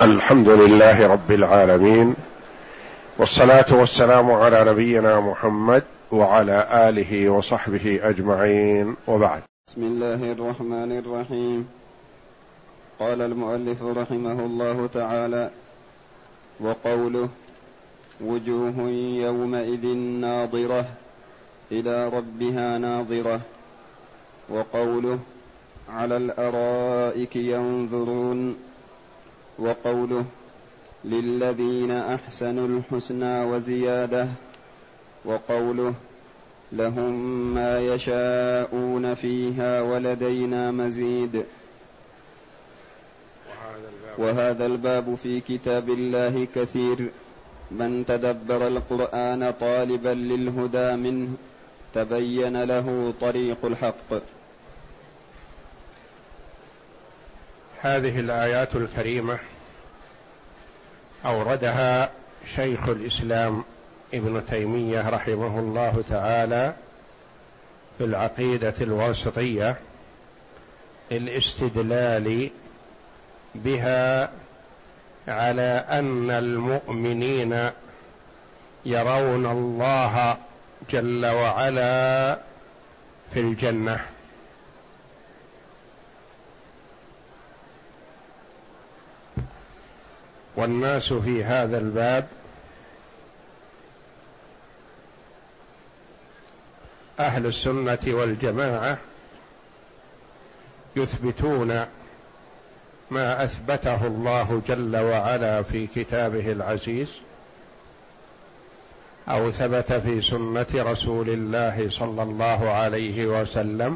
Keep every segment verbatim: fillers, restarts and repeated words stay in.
الحمد لله رب العالمين، والصلاة والسلام على نبينا محمد وعلى آله وصحبه أجمعين، وبعد. بسم الله الرحمن الرحيم. قال المؤلف رحمه الله تعالى: وقوله وجوه يومئذ ناظرة إلى ربها ناظرة، وقوله على الأرائك ينظرون، وقوله للذين أحسنوا الحسنى وزيادة، وقوله لهم ما يشاءون فيها ولدينا مزيد. وهذا الباب في كتاب الله كثير، من تدبر القرآن طالبا للهدى منه تبين له طريق الحق. هذه الآيات الكريمة أوردها شيخ الإسلام ابن تيمية رحمه الله تعالى في العقيدة الواسطية للاستدلال بها على أن المؤمنين يرون الله جل وعلا في الجنة. والناس في هذا الباب أهل السنة والجماعة يثبتون ما أثبته الله جل وعلا في كتابه العزيز، أو ثبت في سنة رسول الله صلى الله عليه وسلم،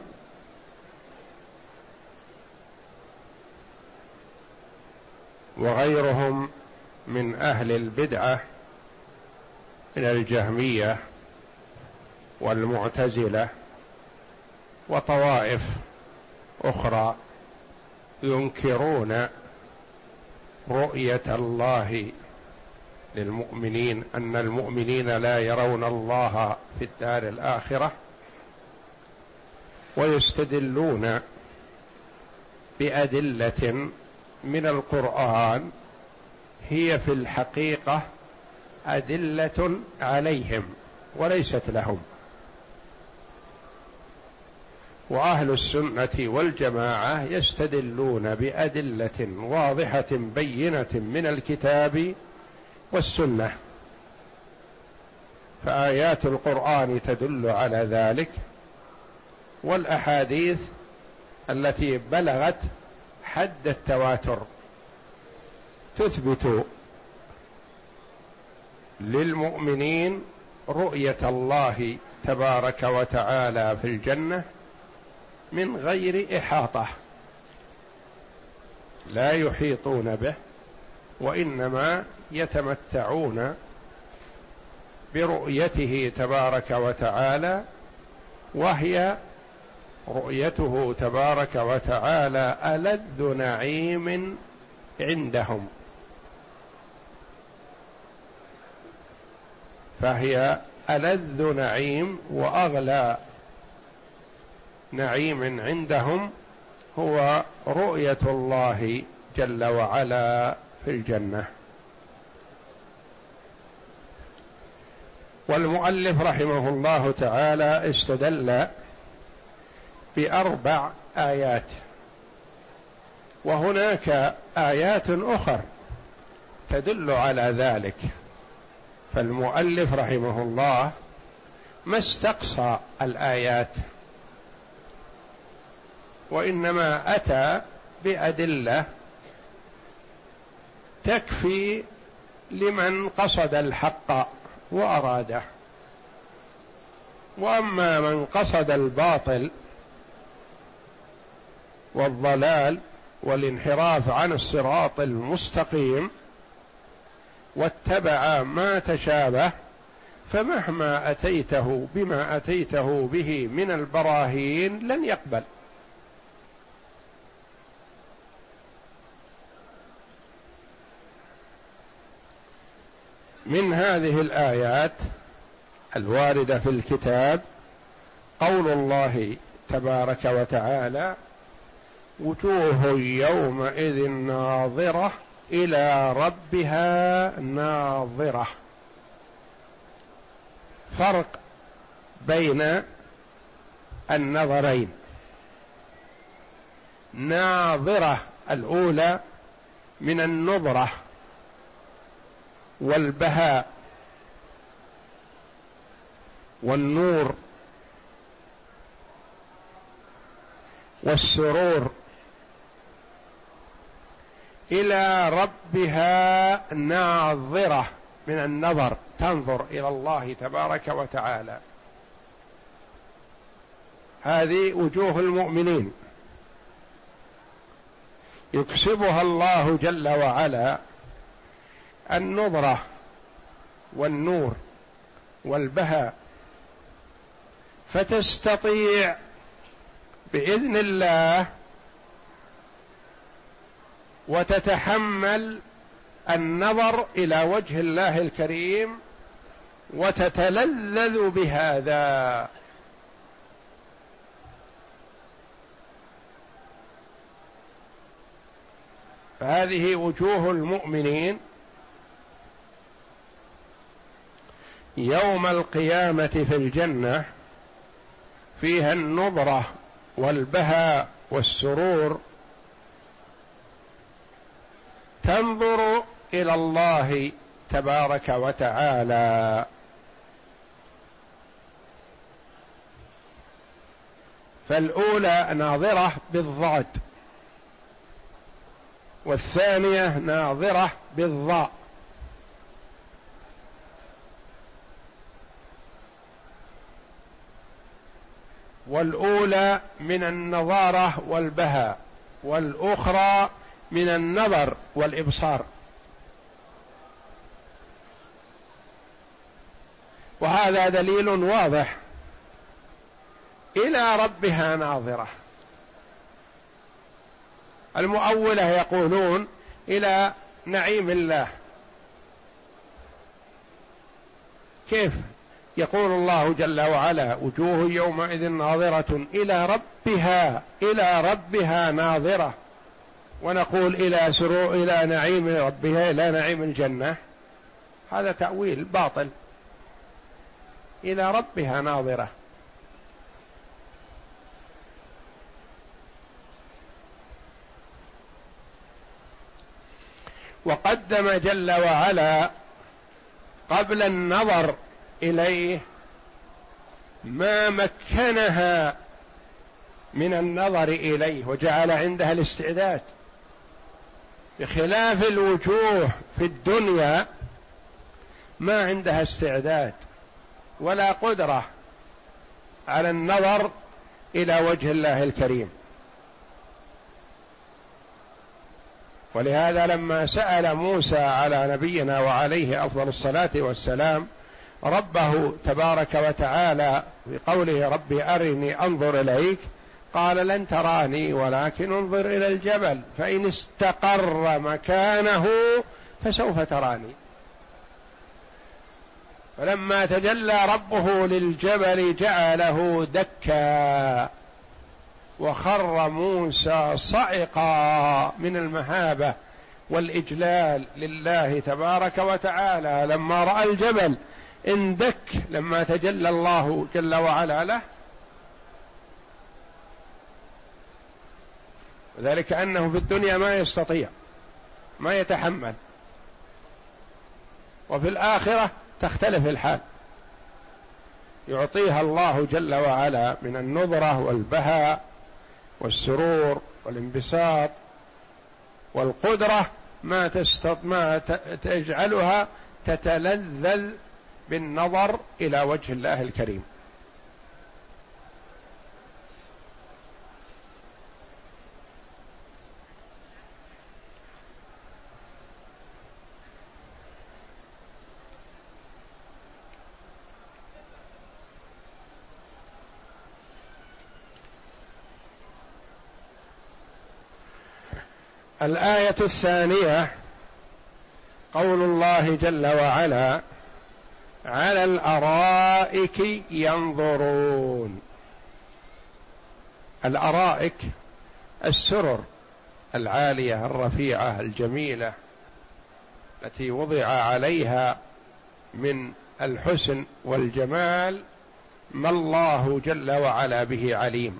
وغيرهم من أهل البدعة من الجهمية والمعتزلة وطوائف أخرى ينكرون رؤية الله للمؤمنين، أن المؤمنين لا يرون الله في الدار الآخرة، ويستدلون بأدلة من القرآن هي في الحقيقة أدلة عليهم وليست لهم. وأهل السنة والجماعة يستدلون بأدلة واضحة بينة من الكتاب والسنة، فآيات القرآن تدل على ذلك، والأحاديث التي بلغت حد التواتر تثبت للمؤمنين رؤية الله تبارك وتعالى في الجنة من غير إحاطة، لا يحيطون به، وإنما يتمتعون برؤيته تبارك وتعالى، وهي رؤيته تبارك وتعالى ألذ نعيم عندهم، فهي ألذ نعيم وأغلى نعيم عندهم هو رؤية الله جل وعلا في الجنة. والمؤلف رحمه الله تعالى استدل بأربع آيات، وهناك آيات أخرى تدل على ذلك، فالمؤلف رحمه الله ما استقصى الآيات، وإنما أتى بأدلة تكفي لمن قصد الحق وأراده. وأما من قصد الباطل والضلال والانحراف عن الصراط المستقيم واتبع ما تشابه، فمهما أتيته بما أتيته به من البراهين لن يقبل. من هذه الآيات الواردة في الكتاب قول الله تبارك وتعالى: وجوه يومئذ ناظرة إلى ربها ناظرة. فرق بين النظرين. ناظرة الأولى من النظرة والبهاء والنور والسرور، إلى ربها ناظرة من النظر، تنظر إلى الله تبارك وتعالى. هذه وجوه المؤمنين يكسبها الله جل وعلا النظرة والنور والبهاء، فتستطيع بإذن الله وتتحمل النظر إلى وجه الله الكريم وتتلذذ بهذا. فهذه وجوه المؤمنين يوم القيامة في الجنة، فيها النظرة والبهاء والسرور، تنظر إلى الله تبارك وتعالى. فالأولى ناظرة بالضاد، والثانية ناظرة بالضاء. والأولى من النظارة والبهاء، والأخرى من النظر والإبصار. وهذا دليل واضح إلى ربها ناظرة. المؤولة يقولون إلى نعيم الله. كيف؟ يقول الله جل وعلا: وجوه يومئذ ناظرة إلى ربها، إلى ربها ناظرة، ونقول إلى سرور إلى نعيم ربها، إلى نعيم الجنة. هذا تأويل باطل. إلى ربها ناظرة. وقدم جل وعلا قبل النظر إليه ما مكنها من النظر إليه، وجعل عندها الاستعداد، بخلاف الوجوه في الدنيا ما عندها استعداد ولا قدرة على النظر إلى وجه الله الكريم. ولهذا لما سأل موسى على نبينا وعليه أفضل الصلاة والسلام ربه تبارك وتعالى بقوله: ربي أرني أنظر إليك، قال: لن تراني ولكن انظر إلى الجبل فإن استقر مكانه فسوف تراني. فلما تجلى ربه للجبل جعله دكا، وخر موسى صعقا من المهابة والإجلال لله تبارك وتعالى لما رأى الجبل اندك لما تجلى الله جل وعلا له. وذلك أنه في الدنيا ما يستطيع، ما يتحمل، وفي الآخرة تختلف الحال، يعطيها الله جل وعلا من النظرة والبهاء والسرور والانبساط والقدرة ما تستط... ما تجعلها تتلذذ بالنظر إلى وجه الله الكريم. الآية الثانية قول الله جل وعلا: على الأرائك ينظرون. الأرائك السرر العالية الرفيعة الجميلة التي وضع عليها من الحسن والجمال ما الله جل وعلا به عليم.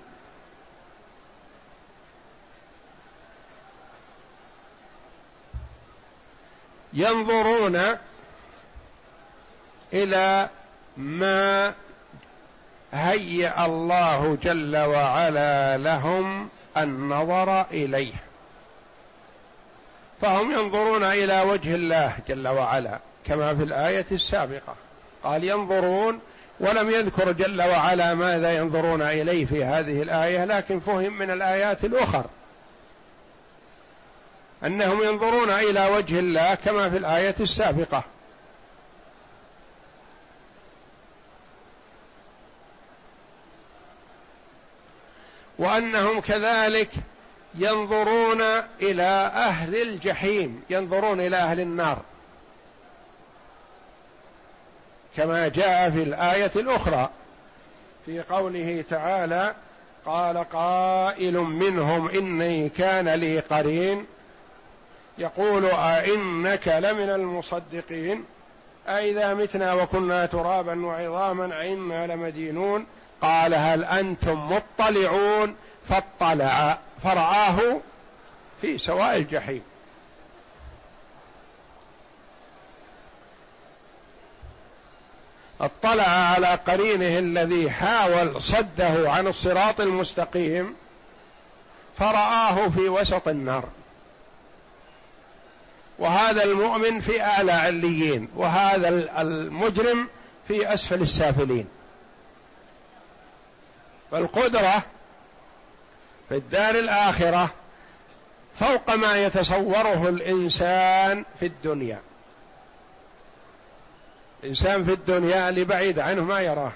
ينظرون إلى ما هيأ الله جل وعلا لهم النظر إليه، فهم ينظرون إلى وجه الله جل وعلا كما في الآية السابقة قال ينظرون، ولم يذكر جل وعلا ماذا ينظرون إليه في هذه الآية، لكن فهم من الآيات الأخرى أنهم ينظرون إلى وجه الله كما في الآية السابقة. وأنهم كذلك ينظرون إلى أهل الجحيم، ينظرون إلى أهل النار كما جاء في الآية الأخرى في قوله تعالى قال قائل منهم إني كان لي قرين يقول أئنك لمن المصدقين أئذا متنا وكنا ترابا وعظاما أئنا لمدينون قال هل أنتم مطلعون فاطلع فرآه في سواء الجحيم. اطلع على قرينه الذي حاول صده عن الصراط المستقيم فرآه في وسط النار، وهذا المؤمن في أعلى عليين وهذا المجرم في أسفل السافلين. فالقدرة في الدار الآخرة فوق ما يتصوره الإنسان في الدنيا. الإنسان في الدنيا اللي بعيد عنه ما يراه،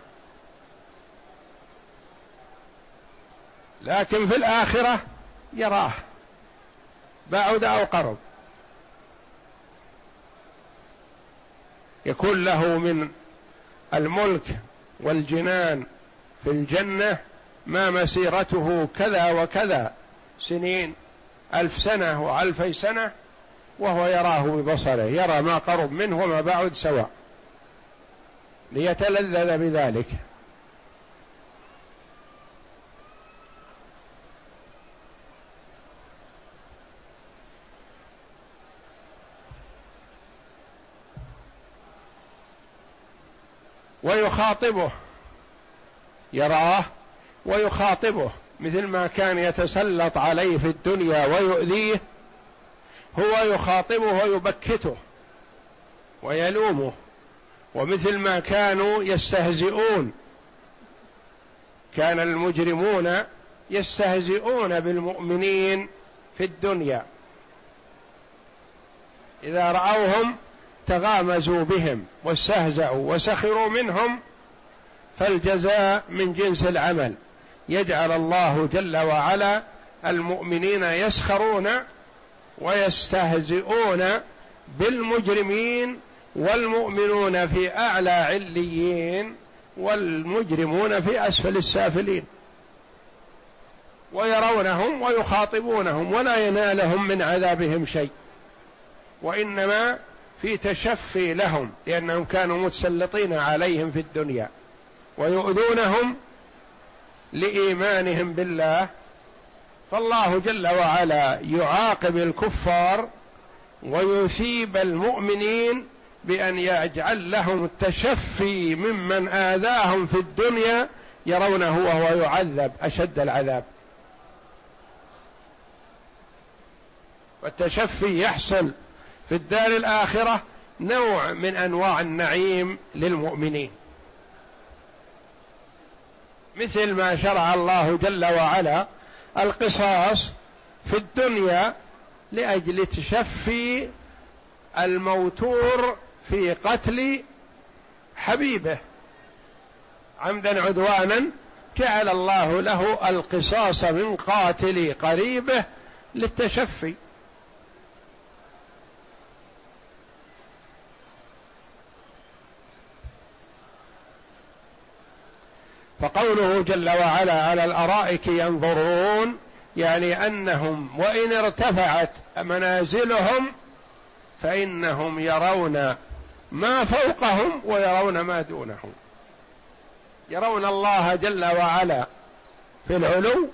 لكن في الآخرة يراه بعد أو قرب، يكون له من الملك والجنان في الجنة ما مسيرته كذا وكذا سنين، ألف سنة وألفي سنة، وهو يراه ببصره، يرى ما قرب منه وما بعد سواء، ليتلذذ بذلك. ويخاطبه، يراه ويخاطبه، مثل ما كان يتسلط عليه في الدنيا ويؤذيه، هو يخاطبه ويبكته ويلومه. ومثل ما كانوا يستهزئون، كان المجرمون يستهزئون بالمؤمنين في الدنيا، إذا رأوهم تغامزوا بهم واستهزأوا وسخروا منهم، فالجزاء من جنس العمل. يجعل الله جل وعلا المؤمنين يسخرون ويستهزئون بالمجرمين، والمؤمنون في أعلى عليين والمجرمون في أسفل السافلين، ويرونهم ويخاطبونهم ولا ينالهم من عذابهم شيء، وإنما في تشفي لهم، لأنهم كانوا متسلطين عليهم في الدنيا ويؤذونهم لإيمانهم بالله. فالله جل وعلا يعاقب الكفار ويثيب المؤمنين بأن يجعل لهم التشفي ممن آذاهم في الدنيا، يرونه وهو يعذب أشد العذاب. والتشفي يحصل في الدار الآخرة نوع من أنواع النعيم للمؤمنين، مثل ما شرع الله جل وعلا القصاص في الدنيا لأجل تشفي الموتور في قتل حبيبه عمدا عدوانا، جعل الله له القصاص من قاتل قريبه للتشفي. فقوله جل وعلا على الأرائك ينظرون، يعني أنهم وإن ارتفعت منازلهم فإنهم يرون ما فوقهم ويرون ما دونهم، يرون الله جل وعلا في العلو،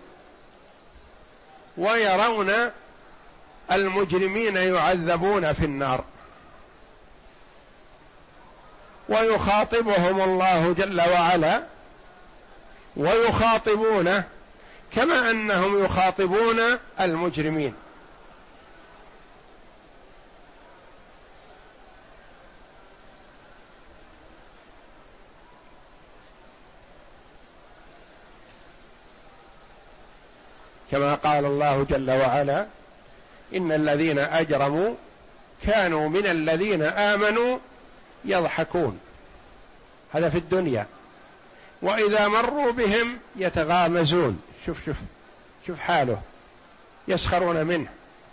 ويرون المجرمين يعذبون في النار، ويخاطبهم الله جل وعلا ويخاطبونه كما أنهم يخاطبون المجرمين. كما قال الله جل وعلا: إن الذين أجرموا كانوا من الذين آمنوا يضحكون، هذا في الدنيا، وإذا مروا بهم يتغامزون، شوف شوف شوف حاله، يسخرون منه،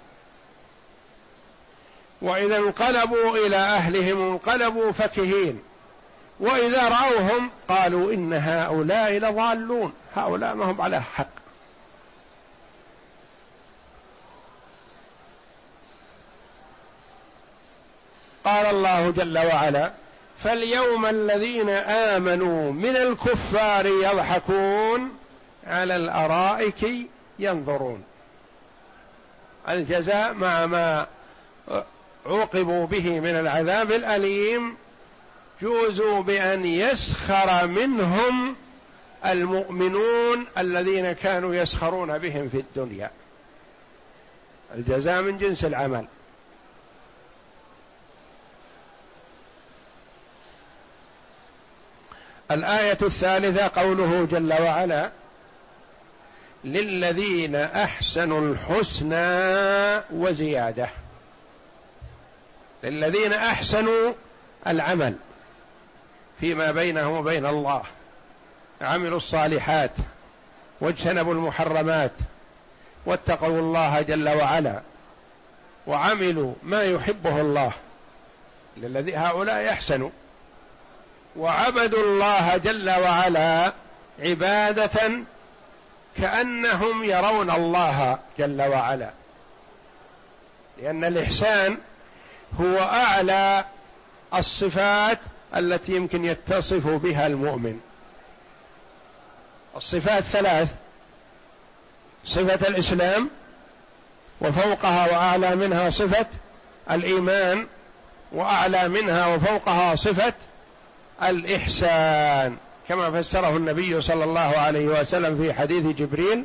وإذا انقلبوا إلى أهلهم انقلبوا فكهين، وإذا رأوهم قالوا إن هؤلاء لضالون، هؤلاء ما هم على حق. قال الله جل وعلا: فاليوم الذين آمنوا من الكفار يضحكون على الأرائك ينظرون. الجزاء مع ما عوقبوا به من العذاب الأليم، جوزوا بأن يسخر منهم المؤمنون الذين كانوا يسخرون بهم في الدنيا. الجزاء من جنس العمل. الآية الثالثة قوله جل وعلا: للذين أحسنوا الحسنى وزيادة. للذين أحسنوا العمل فيما بينهم وبين الله، عملوا الصالحات واجتنبوا المحرمات واتقوا الله جل وعلا وعملوا ما يحبه الله، للذين هؤلاء يحسنوا وعبدوا الله جل وعلا عبادة كأنهم يرون الله جل وعلا، لأن الإحسان هو أعلى الصفات التي يمكن يتصف بها المؤمن. الصفات ثلاث: صفة الإسلام، وفوقها وأعلى منها صفة الإيمان، وأعلى منها وفوقها صفة الإحسان، كما فسره النبي صلى الله عليه وسلم في حديث جبريل: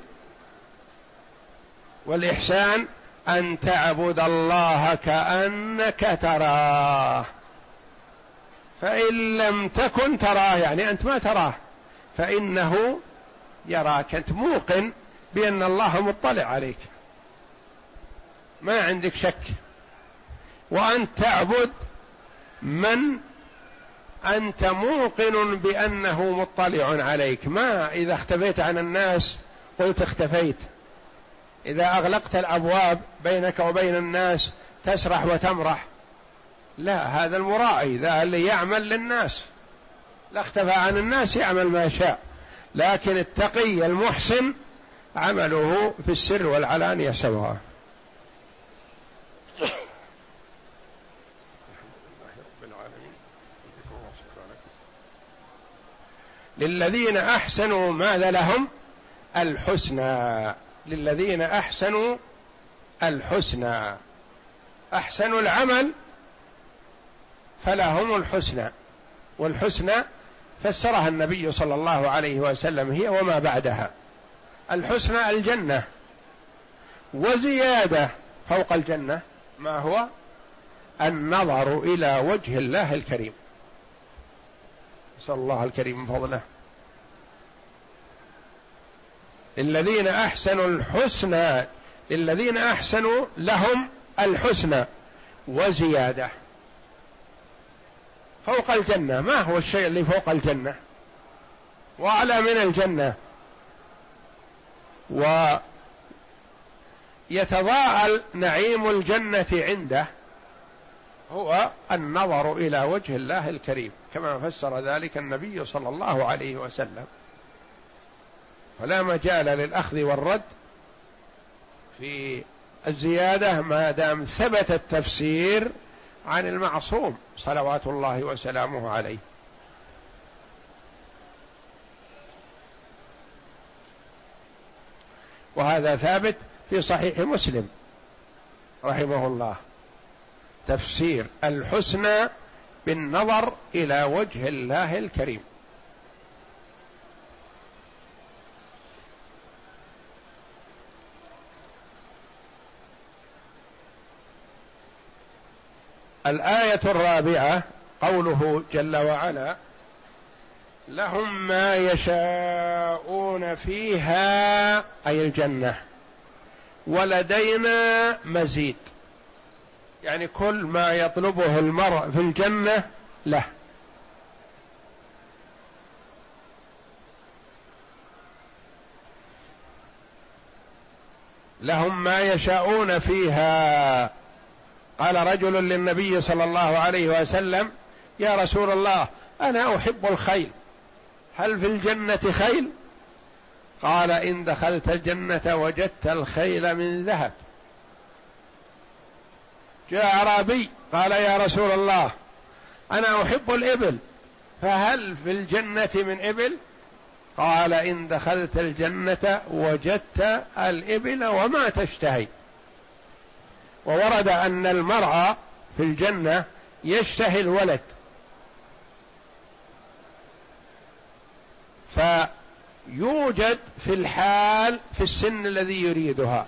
والإحسان أن تعبد الله كأنك تراه، فإن لم تكن تراه، يعني أنت ما تراه، فإنه يراك، أنت موقن بأن الله مطلع عليك، ما عندك شك، وأن تعبد من أنت موقن بأنه مطلع عليك، ما إذا اختفيت عن الناس قلت اختفيت، إذا أغلقت الأبواب بينك وبين الناس تسرح وتمرح، لا، هذا المرائي، ذا اللي يعمل للناس، لا اختفى عن الناس يعمل ما شاء، لكن التقي المحسن عمله في السر والعلانية سواء. للذين أحسنوا ماذا لهم؟ الحسنى. للذين أحسنوا الحسنى، أحسنوا العمل فلهم الحسنى، والحسنى فسرها النبي صلى الله عليه وسلم هي وما بعدها. الحسنى الجنة، وزيادة فوق الجنة ما هو؟ النظر إلى وجه الله الكريم، نسأل الله الكريم من فضله. الذين أحسنوا الحسنى، الذين أحسنوا لهم الحسنى وزيادة فوق الجنة. ما هو الشيء اللي فوق الجنة وأعلى من الجنة ويتضاءل نعيم الجنة عنده؟ هو النظر إلى وجه الله الكريم، كما فسر ذلك النبي صلى الله عليه وسلم. فلا مجال للأخذ والرد في الزيادة ما دام ثبت التفسير عن المعصوم صلوات الله وسلامه عليه. وهذا ثابت في صحيح مسلم رحمه الله، تفسير الحسنى بالنظر إلى وجه الله الكريم. الآية الرابعة قوله جل وعلا: لهم ما يشاءون فيها، أي الجنة، ولدينا مزيد، يعني كل ما يطلبه المرء في الجنة له. لهم ما يشاءون فيها. قال رجل للنبي صلى الله عليه وسلم: يا رسول الله، أنا أحب الخيل، هل في الجنة خيل؟ قال: إن دخلت الجنة وجدت الخيل من ذهب. جاء أعرابي قال: يا رسول الله، أنا أحب الإبل، فهل في الجنة من إبل؟ قال: إن دخلت الجنة وجدت الإبل وما تشتهي. وورد أن المرء في الجنة يشتهي الولد، فيوجد في الحال في السن الذي يريدها،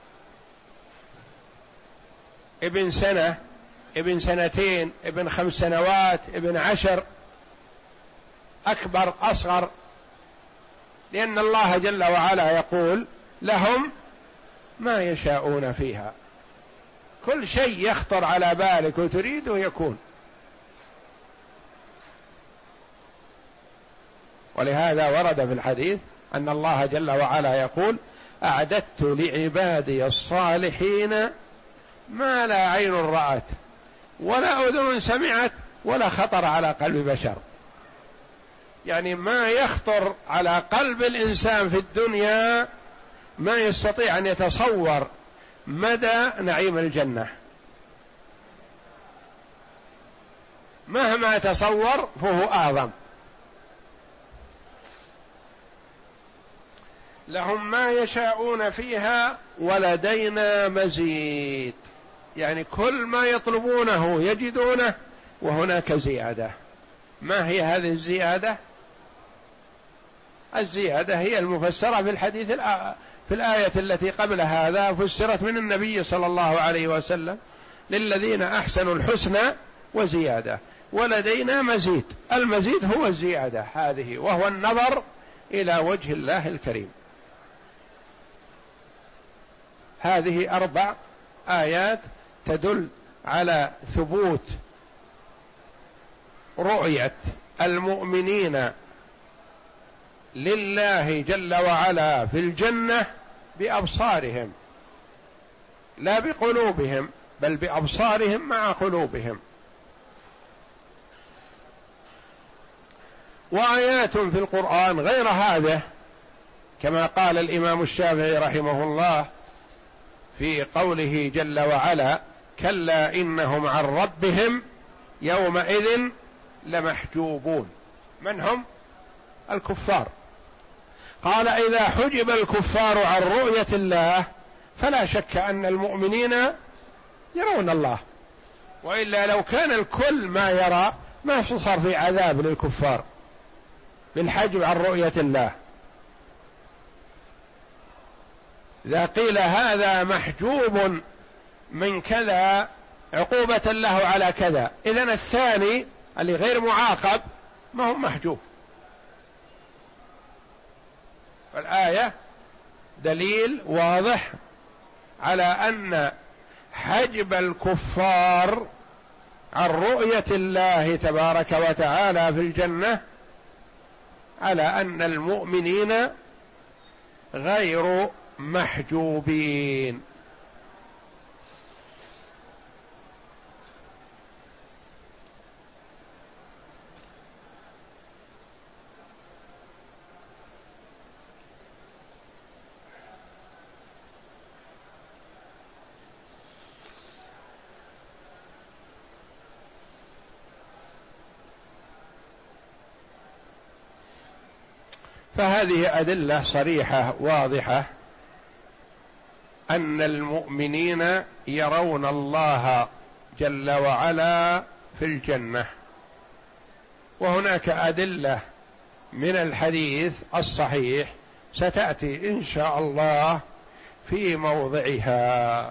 ابن سنة، ابن سنتين، ابن خمس سنوات، ابن عشر، أكبر، أصغر، لأن الله جل وعلا يقول: لهم ما يشاءون فيها. كل شيء يخطر على بالك وتريده يكون. ولهذا ورد في الحديث أن الله جل وعلا يقول: أعددت لعبادي الصالحين ما لا عين رأت ولا أذن سمعت ولا خطر على قلب بشر. يعني ما يخطر على قلب الإنسان في الدنيا ما يستطيع أن يتصور مدى نعيم الجنة، مهما تصور فهو أعظم. لهم ما يشاءون فيها ولدينا مزيد، يعني كل ما يطلبونه يجدونه، وهناك زيادة. ما هي هذه الزيادة؟ الزيادة هي المفسرة في الحديث في الآية التي قبل هذا، فسرت من النبي صلى الله عليه وسلم: للذين أحسنوا الحسنى وزيادة ولدينا مزيد. المزيد هو الزيادة هذه، وهو النظر إلى وجه الله الكريم. هذه أربع آيات تدل على ثبوت رؤية المؤمنين لله جل وعلا في الجنة بأبصارهم، لا بقلوبهم، بل بأبصارهم مع قلوبهم. وآيات في القرآن غير هذا، كما قال الإمام الشافعي رحمه الله في قوله جل وعلا: كلا إنهم عن ربهم يومئذ لمحجوبون. من هم؟ الكفار. قال: إذا حجب الكفار عن رؤية الله فلا شك أن المؤمنين يرون الله، وإلا لو كان الكل ما يرى ما صار في عذاب للكفار بالحجب عن رؤية الله. إذا قيل هذا محجوب من كذا عقوبة له على كذا، إذن الثاني اللي غير معاقب ما هو محجوب. الآية دليل واضح على أن حجب الكفار عن رؤية الله تبارك وتعالى في الجنة على أن المؤمنين غير محجوبين. فهذه أدلة صريحة واضحة أن المؤمنين يرون الله جل وعلا في الجنة. وهناك أدلة من الحديث الصحيح ستأتي إن شاء الله في موضعها.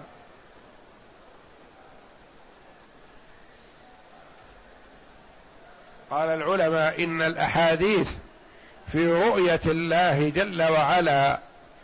قال العلماء إن الأحاديث في رؤية الله جل وعلا،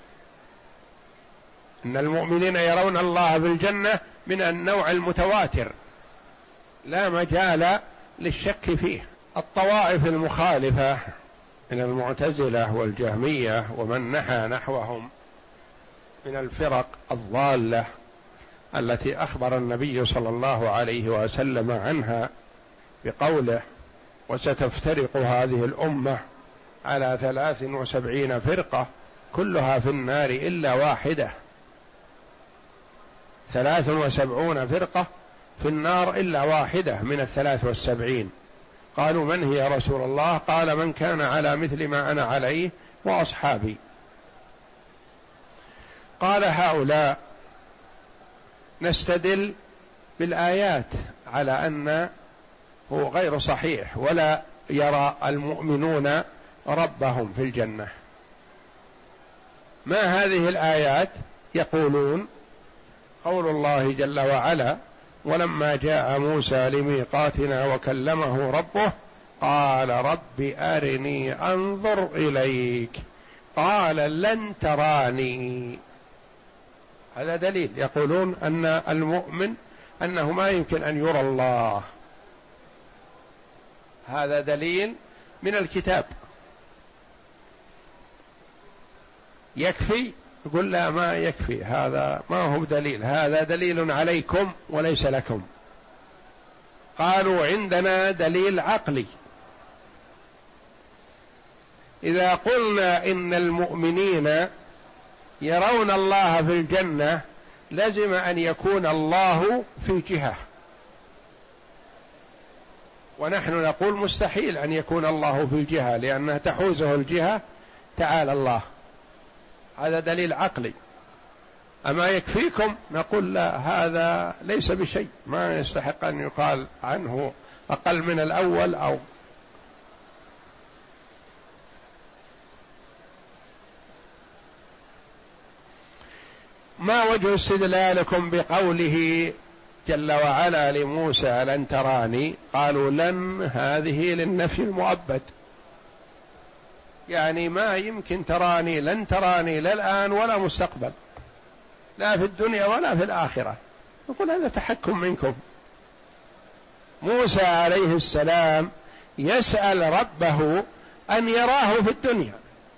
إن المؤمنين يرون الله بالجنة، من النوع المتواتر لا مجال للشك فيه. الطوائف المخالفة من المعتزلة والجهمية ومن نحى نحوهم من الفرق الضالة التي أخبر النبي صلى الله عليه وسلم عنها بقوله: وستفترق هذه الأمة على ثلاث وسبعين فرقة كلها في النار إلا واحدة. ثلاث وسبعون فرقة في النار إلا واحدة من الثلاث والسبعين. قالوا: من هي يا رسول الله؟ قال: من كان على مثل ما أنا عليه وأصحابي. قال: هؤلاء نستدل بالآيات على أن هو غير صحيح، ولا يرى المؤمنون ربهم في الجنة. ما هذه الآيات؟ يقولون: قول الله جل وعلا: ولما جاء موسى لميقاتنا وكلمه ربه قال رب أرني أنظر إليك قال لن تراني. هذا دليل. يقولون أن المؤمن أنه ما يمكن أن يرى الله. هذا دليل من الكتاب. يكفي؟ يقول: لا، ما يكفي، هذا ما هو دليل، هذا دليل عليكم وليس لكم. قالوا: عندنا دليل عقلي. إذا قلنا إن المؤمنين يرون الله في الجنة لزم أن يكون الله في جهة، ونحن نقول مستحيل أن يكون الله في الجهة لأنها تحوزه الجهة تعالى الله. هذا دليل عقلي. أما يكفيكم؟ نقول: لا، هذا ليس بشيء، ما يستحق أن يقال عنه أقل من الأول. أو ما وجه استدلالكم بقوله جل وعلا لموسى لن تراني؟ قالوا: لن هذه للنفي المؤبد، يعني ما يمكن تراني، لن تراني لا الآن ولا مستقبل، لا في الدنيا ولا في الآخرة. نقول: هذا تحكم منكم. موسى عليه السلام يسأل ربه أن يراه في الدنيا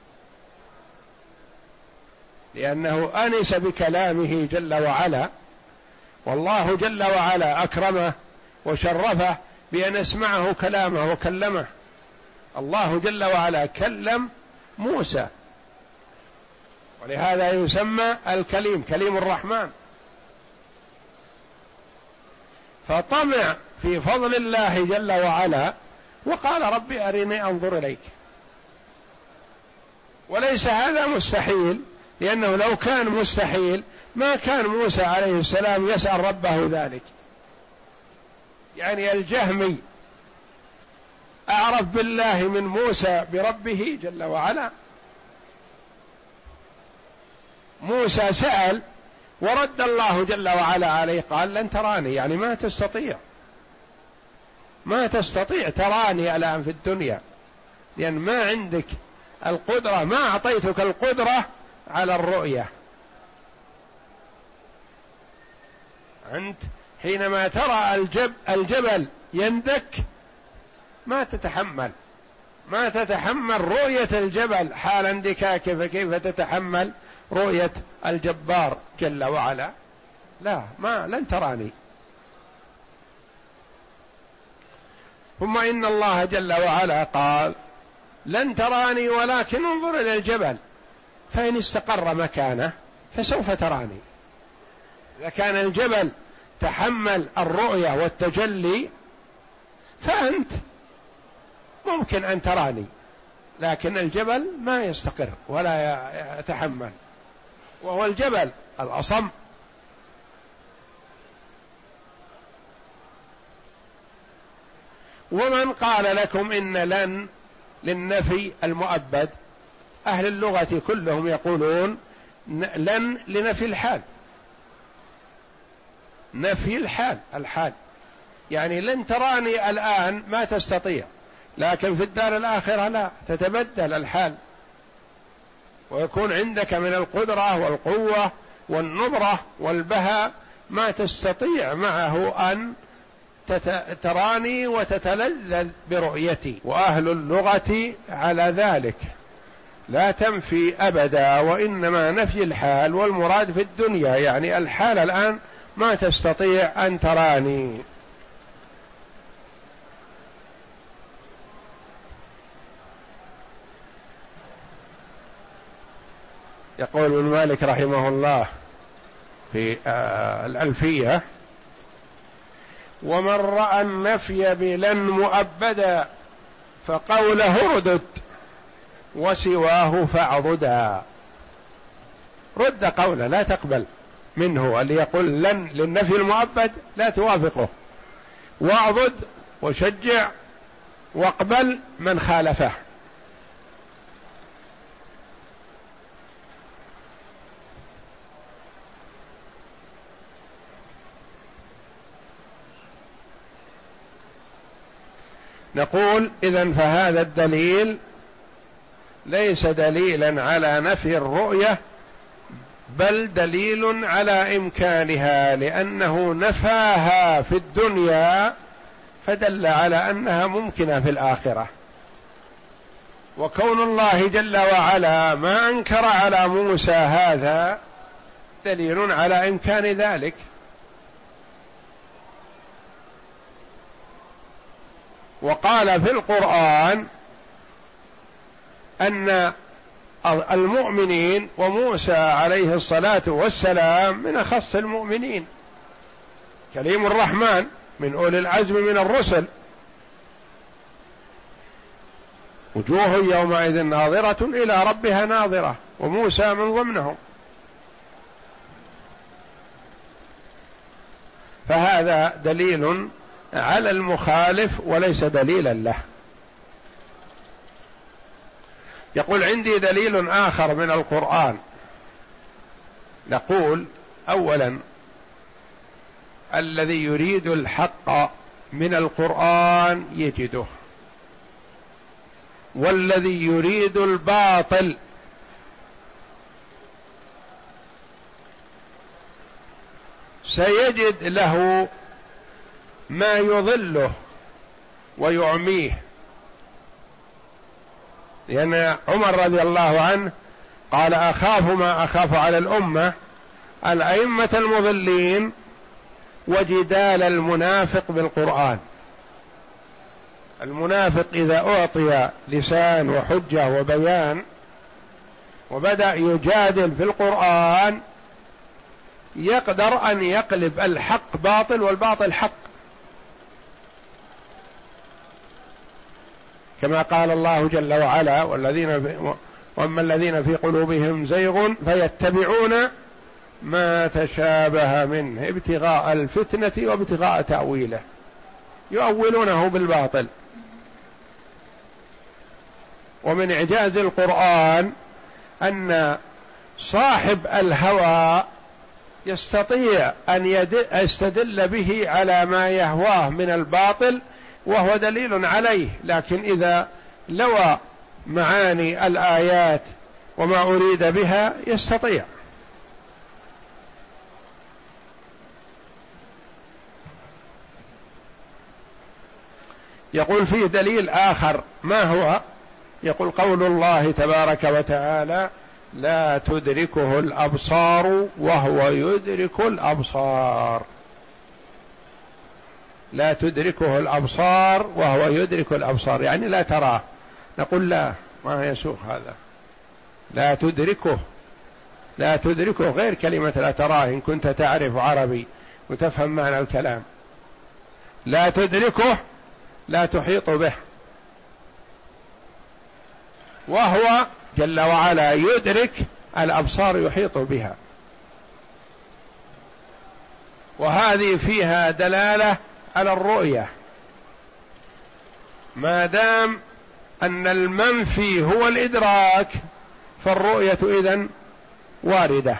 لأنه أنس بكلامه جل وعلا، والله جل وعلا أكرمه وشرفه بأن يسمعه كلامه وكلمه. الله جل وعلا كلم موسى، ولهذا يسمى الكليم، كليم الرحمن. فطمع في فضل الله جل وعلا وقال: رب أرني أنظر إليك. وليس هذا مستحيل، لأنه لو كان مستحيل ما كان موسى عليه السلام يسأل ربه ذلك. يعني الجهمي أعرف بالله من موسى بربه جل وعلا. موسى سأل ورد الله جل وعلا عليه قال: لن تراني، يعني ما تستطيع ما تستطيع تراني الآن في الدنيا، لأن ما عندك القدرة، ما أعطيتك القدرة على الرؤية. أنت حينما ترى الجب الجبل يندك ما تتحمل ما تتحمل رؤية الجبل حال اندكاكه، فكيف تتحمل رؤية الجبار جل وعلا؟ لا، ما لن تراني. ثم إن الله جل وعلا قال: لن تراني ولكن انظر إلى الجبل فإن استقر مكانه فسوف تراني. إذا كان الجبل تحمل الرؤية والتجلي فأنت ممكن أن تراني. لكن الجبل ما يستقر ولا يتحمل، وهو الجبل الأصم. ومن قال لكم إن لن للنفي المؤبد؟ أهل اللغة كلهم يقولون لن لنفي الحال، نفي الحال، الحال يعني لن تراني الآن ما تستطيع، لكن في الدار الآخرة لا، تتبدل الحال ويكون عندك من القدرة والقوة والنظرة والبهاء ما تستطيع معه أن تراني وتتلذذ برؤيتي. وأهل اللغة على ذلك لا تنفي أبدا، وإنما نفي الحال، والمراد في الدنيا يعني الحال الآن ما تستطيع أن تراني. يقول ابن مالك رحمه الله في آه الألفية: ومن رأى النفي بلن مؤبدا فقوله ردد وسواه فاعضدا. رد قوله، لا تقبل منه اللي يقول لن للنفي المؤبد، لا توافقه، واعضد وشجع واقبل من خالفه. نقول إذن فهذا الدليل ليس دليلا على نفي الرؤية، بل دليل على إمكانها، لأنه نفاها في الدنيا فدل على أنها ممكنة في الآخرة. وكون الله جل وعلا ما أنكر على موسى هذا دليل على إمكان ذلك. وقال في القرآن أن المؤمنين وموسى عليه الصلاة والسلام من أخص المؤمنين، كليم الرحمن من أولي العزم من الرسل، وجوه يومئذ ناظرة إلى ربها ناظرة، وموسى من ضمنهم. فهذا دليل على المخالف وليس دليلا له. يقول عندي دليل آخر من القرآن. نقول أولا الذي يريد الحق من القرآن يجده، والذي يريد الباطل سيجد له ما يضله ويعميه. لأن عمر رضي الله عنه قال أخاف ما أخاف على الأمة الأئمة المضلين وجدال المنافق بالقرآن. المنافق إذا أعطي لسان وحجة وبيان وبدأ يجادل في القرآن يقدر أن يقلب الحق باطل والباطل حق، كما قال الله جل وعلا: والذين في وأما الذين في قلوبهم زيغ فيتبعون ما تشابه منه ابتغاء الفتنة وابتغاء تأويله، يؤولونه بالباطل. ومن إعجاز القرآن أن صاحب الهوى يستطيع أن يستدل به على ما يهواه من الباطل وهو دليل عليه، لكن إذا لوى معاني الآيات وما أريد بها يستطيع. يقول فيه دليل آخر، ما هو؟ يقول قول الله تبارك وتعالى: لا تدركه الأبصار وهو يدرك الأبصار. لا تدركه الأبصار وهو يدرك الأبصار، يعني لا تراه. نقول لا، ما يسوق هذا. لا تدركه، لا تدركه غير كلمة لا تراه إن كنت تعرف عربي وتفهم معنى الكلام. لا تدركه لا تحيط به. وهو جل وعلا يدرك الأبصار، يحيط بها. وهذه فيها دلالة على الرؤية، ما دام أن المنفي هو الإدراك فالرؤية إذن واردة،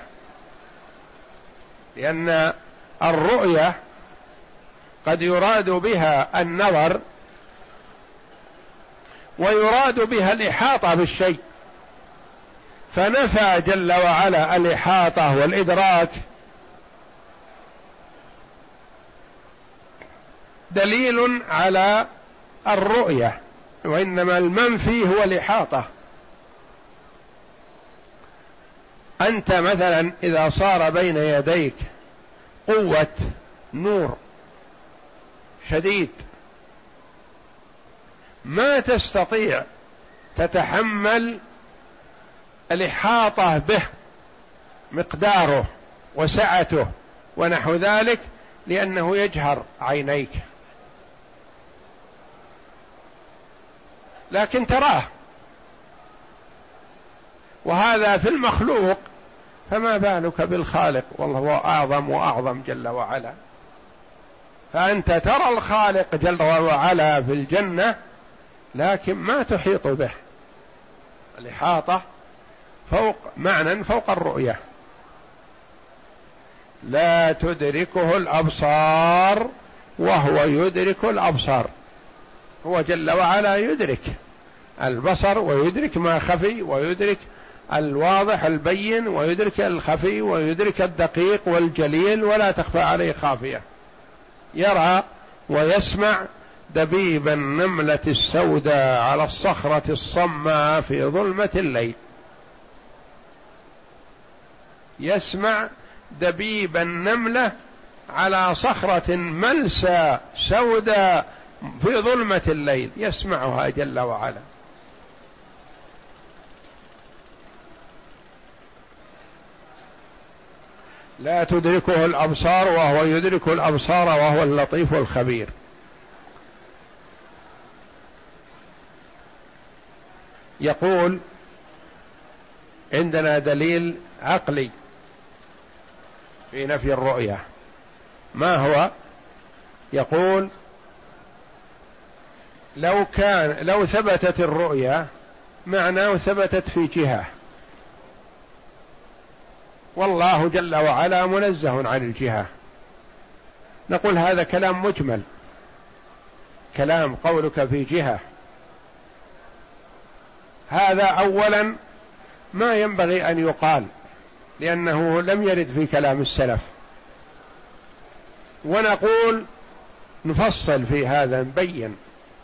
لأن الرؤية قد يراد بها النظر ويراد بها الإحاطة بالشيء، فنفى جل وعلا الإحاطة والإدراك دليل على الرؤية، وإنما المنفي هو الإحاطة. أنت مثلا إذا صار بين يديك قوة نور شديد ما تستطيع تتحمل الإحاطة به، مقداره وسعته ونحو ذلك، لأنه يجهر عينيك، لكن تراه. وهذا في المخلوق، فما بالك بالخالق، والله هو أعظم وأعظم جل وعلا. فأنت ترى الخالق جل وعلا في الجنة لكن ما تحيط به، الإحاطة فوق معنى فوق الرؤية. لا تدركه الأبصار وهو يدرك الأبصار، هو جل وعلا يدرك البصر ويدرك ما خفي ويدرك الواضح البين ويدرك الخفي ويدرك الدقيق والجليل، ولا تخفى عليه خافية. يرى ويسمع دبيب النملة السوداء على الصخرة الصماء في ظلمة الليل، يسمع دبيب النملة على صخرة ملسى سوداء في ظلمة الليل، يسمعها جل وعلا. لا تدركه الأبصار وهو يدرك الأبصار وهو اللطيف الخبير. يقول عندنا دليل عقلي في نفي الرؤية، ما هو؟ يقول لو كان لو ثبتت الرؤية معناه ثبتت في جهة، والله جل وعلا منزه عن الجهة، نقول هذا كلام مجمل، كلام قولك في جهة هذا أولا ما ينبغي أن يقال، لأنه لم يرد في كلام السلف. ونقول نفصل في هذا، نبين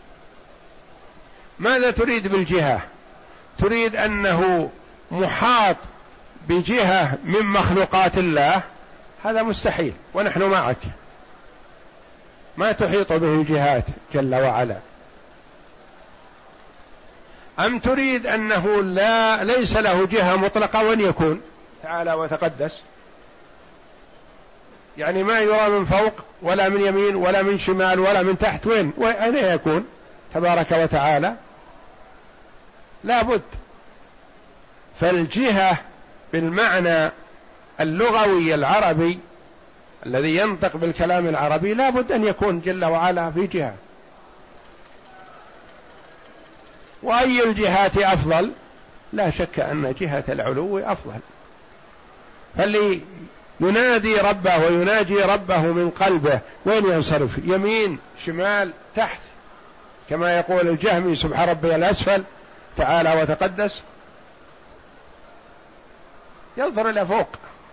ماذا تريد بالجهة. تريد أنه محاط بجهة من مخلوقات الله، هذا مستحيل، ونحن معك، ما تحيط به الجهات جل وعلا. أم تريد أنه لا ليس له جهة مطلقة وأن يكون تعالى وتقدس، يعني ما يرى من فوق ولا من يمين ولا من شمال ولا من تحت، وين وأين يكون تبارك وتعالى؟ لا بد. فالجهة بالمعنى اللغوي العربي الذي ينطق بالكلام العربي لا بد أن يكون جل وعلا في جهة. وأي الجهات أفضل؟ لا شك أن جهة العلو أفضل. فاللي ينادي ربه ويناجي ربه من قلبه وين ينصرف؟ يمين شمال تحت، كما يقول الجهمي سبحان ربي الأسفل تعالى وتقدس، ينظر إلى فوق.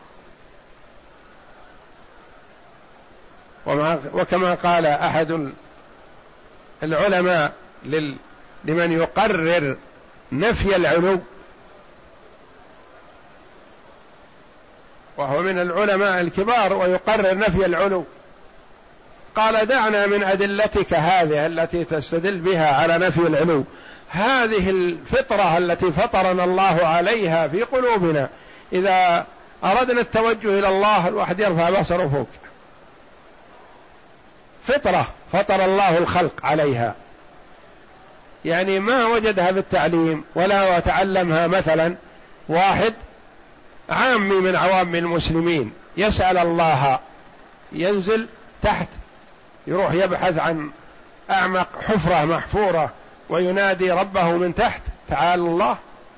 وكما قال أحد العلماء لل لمن يقرر نفي العلو، وهو من العلماء الكبار ويقرر نفي العلو، قال دعنا من أدلتك هذه التي تستدل بها على نفي العلو، هذه الفطرة التي فطرنا الله عليها في قلوبنا، إذا أردنا التوجه إلى الله الواحد يرفع بصره فوق، فطرة فطر الله الخلق عليها، يعني ما وجدها في التعليم ولا تعلمها. مثلا واحد عامي من عوام المسلمين يسأل الله، ينزل تحت يروح يبحث عن أعمق حفرة محفورة وينادي ربه من تحت تعالى الله.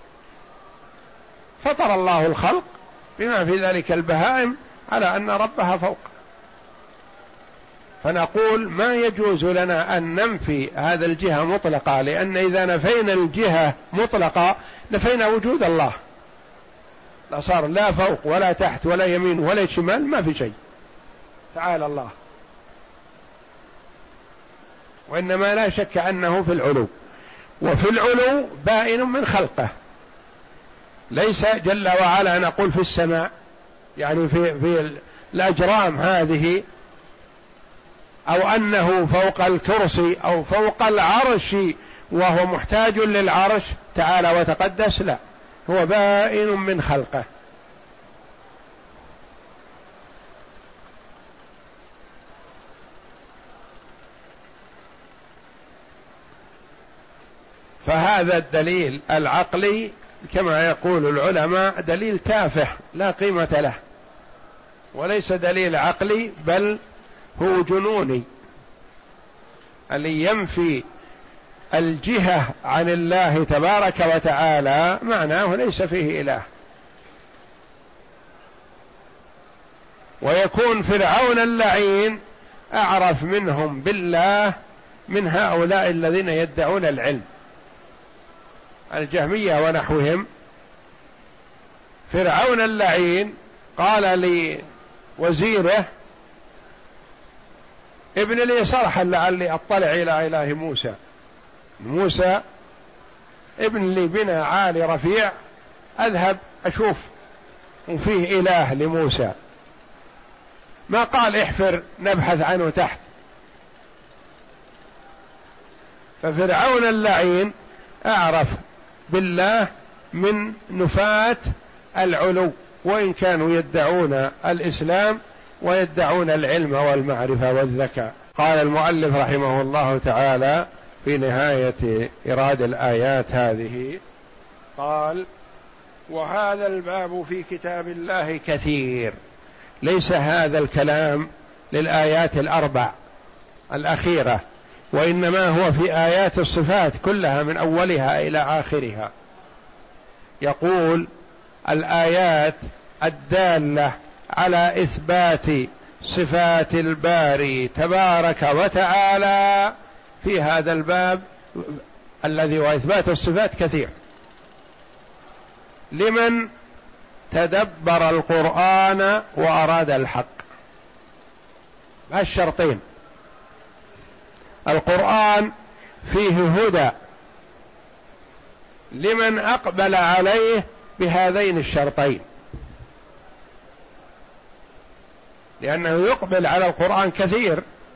فطر الله الخلق بما في ذلك البهائم على أن ربها فوق. فنقول ما يجوز لنا أن ننفي هذا الجهة مطلقة، لأن إذا نفينا الجهة مطلقة نفينا وجود الله، لا صار لا فوق ولا تحت ولا يمين ولا شمال، ما في شيء تعالى الله. وإنما لا شك أنه في العلو، وفي العلو بائن من خلقه، ليس جل وعلا نقول في السماء يعني في, في الأجرام هذه، أو أنه فوق الكرسي أو فوق العرش وهو محتاج للعرش تعالى وتقدس، لا، هو بائن من خلقه. فهذا الدليل العقلي كما يقول العلماء دليل تافه لا قيمة له، وليس دليل عقلي بل هو جنوني. اللي ينفي الجهة عن الله تبارك وتعالى معناه ليس فيه إله. ويكون فرعون اللعين أعرف منهم بالله من هؤلاء الذين يدعون العلم، الجهمية ونحوهم. فرعون اللعين قال لوزيره ابن لي صرحا لعلي أطلع إلى إله موسى، موسى ابن لي بنا عالي رفيع أذهب أشوف وفيه إله لموسى. ما قال احفر نبحث عنه تحت. ففرعون اللعين أعرف بالله من نفاة العلو، وإن كانوا يدعون الإسلام ويدعون العلم والمعرفة والذكاء. قال المؤلف رحمه الله تعالى في نهاية إرادة الآيات هذه، قال: وهذا الباب في كتاب الله كثير. ليس هذا الكلام للآيات الأربع الأخيرة، وإنما هو في آيات الصفات كلها من أولها إلى آخرها. يقول: الآيات الدالة على إثبات صفات الباري تبارك وتعالى في هذا الباب الذي هو إثبات الصفات كثير، لمن تدبر القرآن وأراد الحق. الشرطين: القرآن فيه هدى لمن أقبل عليه بهذين الشرطين، لأنه يقبل على القرآن كثير،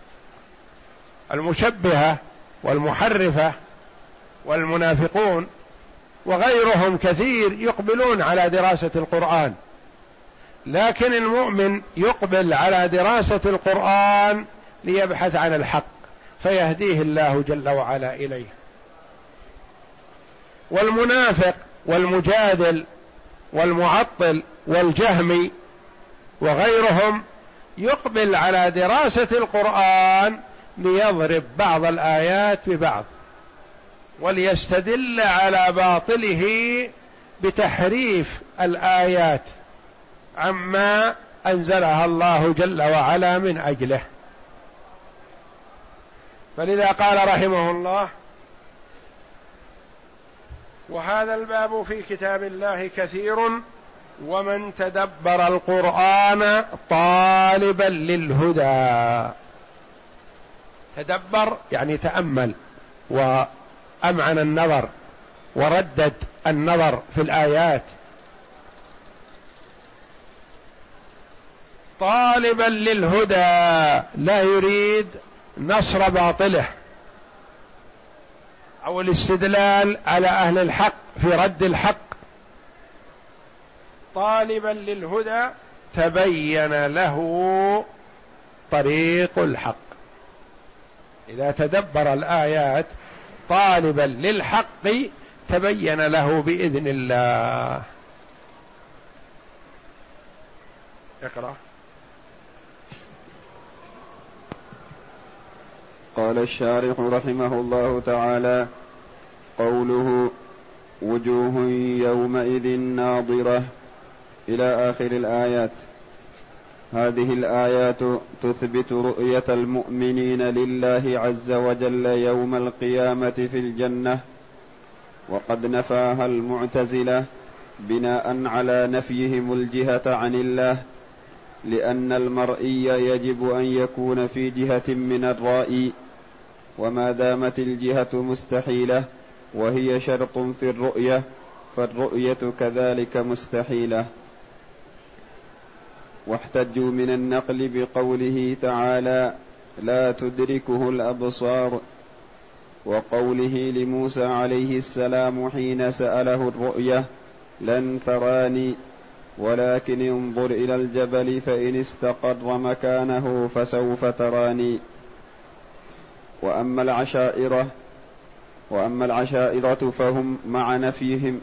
المشبهة والمحرفة والمنافقون وغيرهم كثير يقبلون على دراسة القرآن، لكن المؤمن يقبل على دراسة القرآن ليبحث عن الحق فيهديه الله جل وعلا إليه. والمنافق والمجادل والمعطل والجهمي وغيرهم يقبل على دراسة القرآن ليضرب بعض الآيات ببعض وليستدل على باطله بتحريف الآيات عما أنزلها الله جل وعلا من أجله. فلذا قال رحمه الله: وهذا الباب في كتاب الله كثير ومن تدبر القرآن طالبا للهدى. تدبر يعني تأمل وأمعن النظر وردد النظر في الآيات، طالبا للهدى لا يريد نصر باطله أو الاستدلال على أهل الحق في رد الحق، طالبا للهدى تبين له طريق الحق. إذا تدبر الآيات طالبا للحق تبين له بإذن الله. اقرأ. قال الشارح رحمه الله تعالى: قوله وجوه يومئذ ناظرة إلى آخر الآيات. هذه الآيات تثبت رؤية المؤمنين لله عز وجل يوم القيامة في الجنة، وقد نفاها المعتزلة بناء على نفيهم الجهة عن الله، لأن المرئي يجب أن يكون في جهة من الرائي، وما دامت الجهة مستحيلة وهي شرط في الرؤية فالرؤية كذلك مستحيلة. واحتجوا من النقل بقوله تعالى: لا تدركه الأبصار، وقوله لموسى عليه السلام حين سأله الرؤية: لن تراني ولكن انظر إلى الجبل فإن استقر مكانه فسوف تراني. وأما العشائرة وأما العشائرة فهم مع نفيهم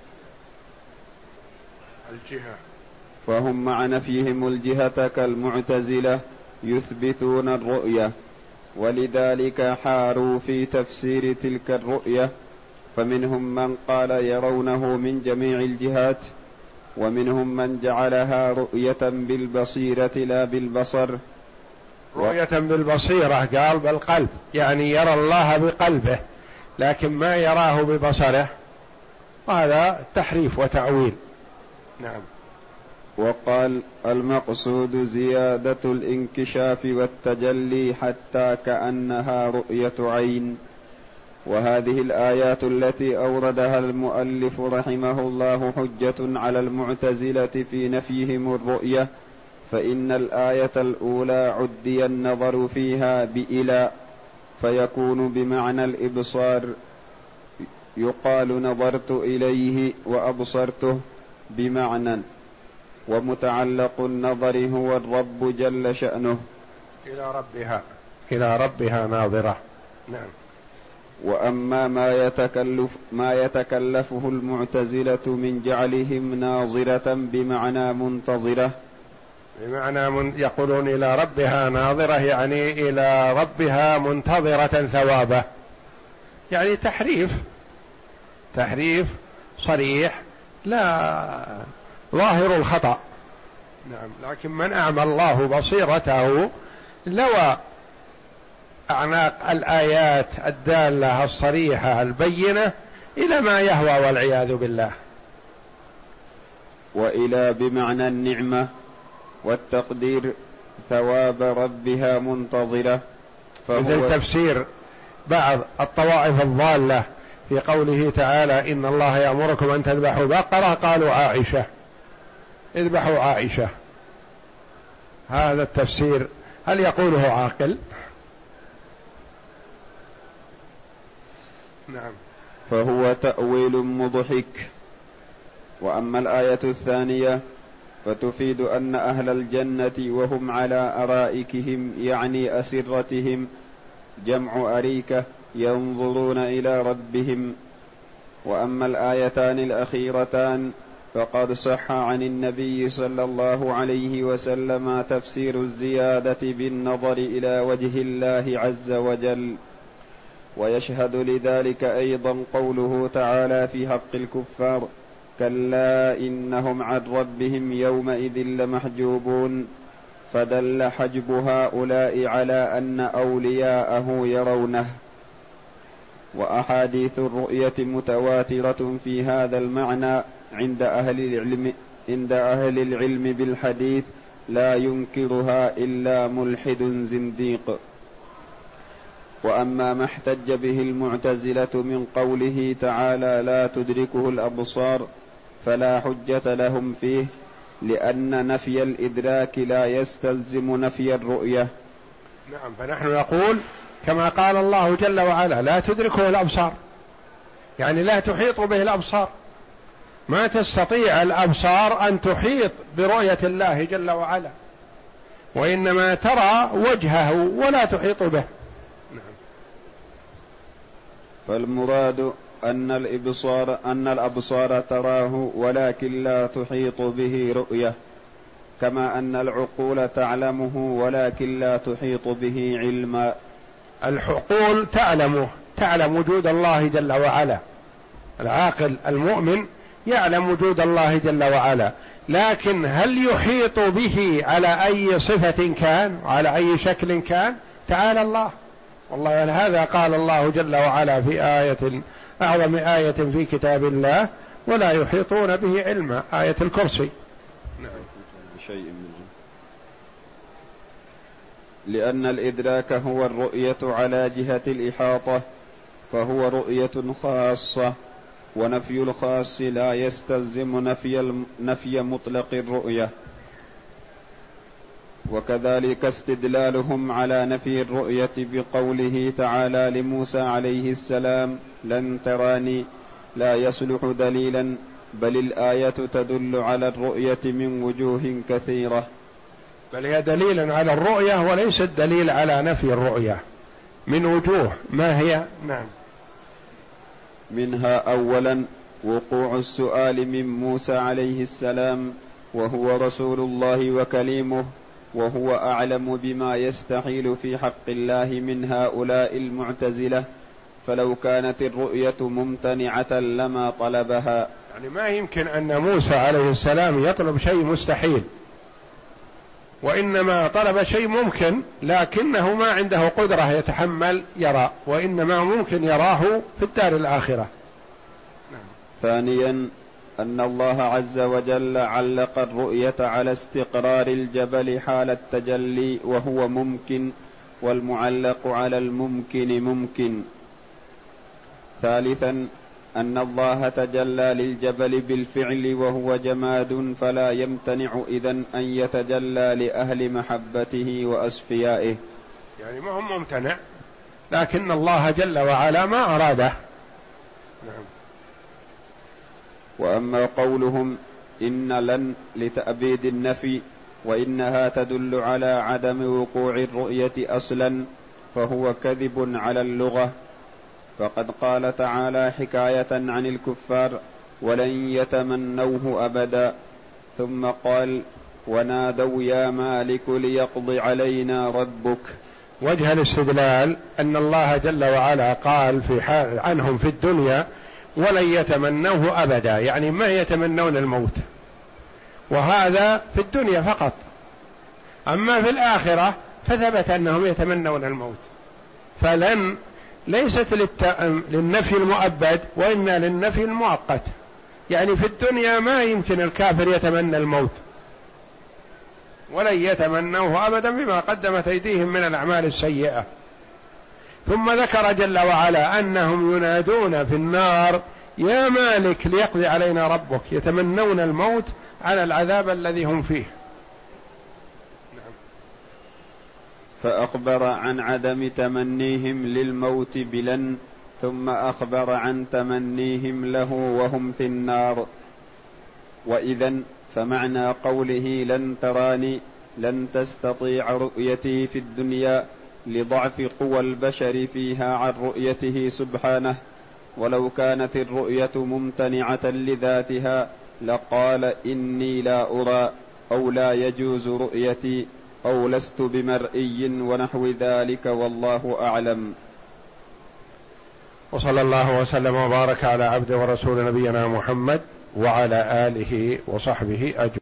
الجهة فهم مع نفيهم الجهة كالمعتزلة يثبتون الرؤية، ولذلك حاروا في تفسير تلك الرؤية، فمنهم من قال يرونه من جميع الجهات، ومنهم من جعلها رؤية بالبصيرة لا بالبصر. رؤية بالبصيرة قال بالقلب، يعني يرى الله بقلبه لكن ما يراه ببصره، هذا تحريف وتأويل. نعم. وقال المقصود زيادة الانكشاف والتجلي حتى كأنها رؤية عين. وهذه الآيات التي أوردها المؤلف رحمه الله حجة على المعتزلة في نفيهم الرؤية، فإن الآية الأولى عدي النظر فيها بإلى فيكون بمعنى الإبصار، يقال نظرت إليه وأبصرته بمعنى، ومتعلق النظر هو الرب جل شأنه. إلى ربها إلى ربها ناظرة. نعم. وأما ما يتكلف ما يتكلفه المعتزلة من جعلهم ناظرة بمعنى منتظرة، بمعنى من يقولون إلى ربها ناظرة يعني إلى ربها منتظرة ثوابه، يعني تحريف تحريف صريح لا ظاهر الخطأ. نعم. لكن من أعمى الله بصيرته لوى أعناق الآيات الدالة الصريحة البينة إلى ما يهوى والعياذ بالله. وإلى بمعنى النعمة والتقدير ثواب ربها منتظرة، مثل تفسير بعض الطوائف الضالة في قوله تعالى إن الله يأمركم أن تذبحوا بقرة، قالوا عائشة، اذبحوا عائشة. هذا التفسير هل يقوله عاقل؟ نعم. فهو تأويل مضحك. وأما الآية الثانية فتفيد أن أهل الجنة وهم على أرائكهم يعني أسرتهم جمع أريكة ينظرون إلى ربهم. وأما الآيتان الأخيرتان فقد صح عن النبي صلى الله عليه وسلم تفسير الزيادة بالنظر إلى وجه الله عز وجل. ويشهد لذلك أيضا قوله تعالى في حق الكفار: كلا إنهم عن ربهم يومئذ لمحجوبون، فدل حجب هؤلاء على أن أولياءه يرونه. وأحاديث الرؤية متواترة في هذا المعنى عند أهل العلم عند أهل العلم بالحديث لا ينكرها إلا ملحد زنديق. وأما ما احتج به المعتزلة من قوله تعالى لا تدركه الأبصار فلا حجة لهم فيه، لأن نفي الإدراك لا يستلزم نفي الرؤية. نعم. فنحن نقول كما قال الله جل وعلا لا تدركه الأبصار، يعني لا تحيط به الأبصار، ما تستطيع الأبصار أن تحيط برؤية الله جل وعلا، وإنما ترى وجهه ولا تحيط به. نعم. فالمراد أن الإبصار أن الأبصار تراه ولكن لا تحيط به رؤية، كما أن العقول تعلمه ولكن لا تحيط به علما. العقول تعلمه، تعلم وجود الله جل وعلا، العاقل المؤمن يعلم وجود الله جل وعلا، لكن هل يحيط به على أي صفة كان وعلى أي شكل كان؟ تعالى الله. والله هذا قال الله جل وعلا في آية أعظم آية في كتاب الله: ولا يحيطون به علما، آية الكرسي. نعم. شيء منه. لأن الإدراك هو الرؤية على جهة الإحاطة، فهو رؤية خاصة، ونفي الخاص لا يستلزم نفي نفي مطلق الرؤية. وكذلك استدلالهم على نفي الرؤية بقوله تعالى لموسى عليه السلام: لن تراني، لا يصلح دليلا، بل الآية تدل على الرؤية من وجوه كثيرة. بل هي دليل على الرؤية وليس الدليل على نفي الرؤية، من وجوه. ما هي؟ نعم. منها أولا وقوع السؤال من موسى عليه السلام، وهو رسول الله وكليمه، وهو أعلم بما يستحيل في حق الله من هؤلاء المعتزلة، فلو كانت الرؤية ممتنعة لما طلبها. يعني ما يمكن أن موسى عليه السلام يطلب شيء مستحيل، وإنما طلب شيء ممكن، لكنه ما عنده قدرة يتحمل يرى، وإنما ممكن يراه في الدار الآخرة. ثانيا أن الله عز وجل علق الرؤية على استقرار الجبل حال التجلي، وهو ممكن، والمعلق على الممكن ممكن. ثالثا أن الله تجلى للجبل بالفعل وهو جماد، فلا يمتنع إذن أن يتجلى لأهل محبته وأصفيائه. يعني ما هم ممتنع، لكن الله جل وعلا ما أراده. نعم. وأما قولهم إن لن لتأبيد النفي، وإنها تدل على عدم وقوع الرؤية أصلا، فهو كذب على اللغة. فقد قال تعالى حكاية عن الكفار: ولن يتمنوه أبدا، ثم قال: ونادوا يا مالك ليقض علينا ربك. وجه الاستدلال أن الله جل وعلا قال في عنهم في الدنيا: ولن يتمنوه أبدا، يعني ما يتمنون الموت، وهذا في الدنيا فقط. أما في الآخرة فثبت أنهم يتمنون الموت، فلن ليست للت... للنفي المؤبد، وإنما للنفي المؤقت. يعني في الدنيا ما يمكن الكافر يتمنى الموت، ولن يتمنوه أبدا بما قدمت أيديهم من الأعمال السيئة. ثم ذكر جل وعلا أنهم ينادون في النار: يا مالك ليقضي علينا ربك، يتمنون الموت على العذاب الذي هم فيه. فأخبر عن عدم تمنيهم للموت بلن، ثم أخبر عن تمنيهم له وهم في النار. وإذن فمعنى قوله لن تراني لن تستطيع رؤيتي في الدنيا لضعف قوى البشر فيها عن رؤيته سبحانه، ولو كانت الرؤية ممتنعة لذاتها لقال إني لا أرى، أو لا يجوز رؤيتي، أو لست بمرئي، ونحو ذلك، والله أعلم. وصلى الله وسلم وبارك على عبد ورسول نبينا محمد وعلى آله وصحبه أجمعين.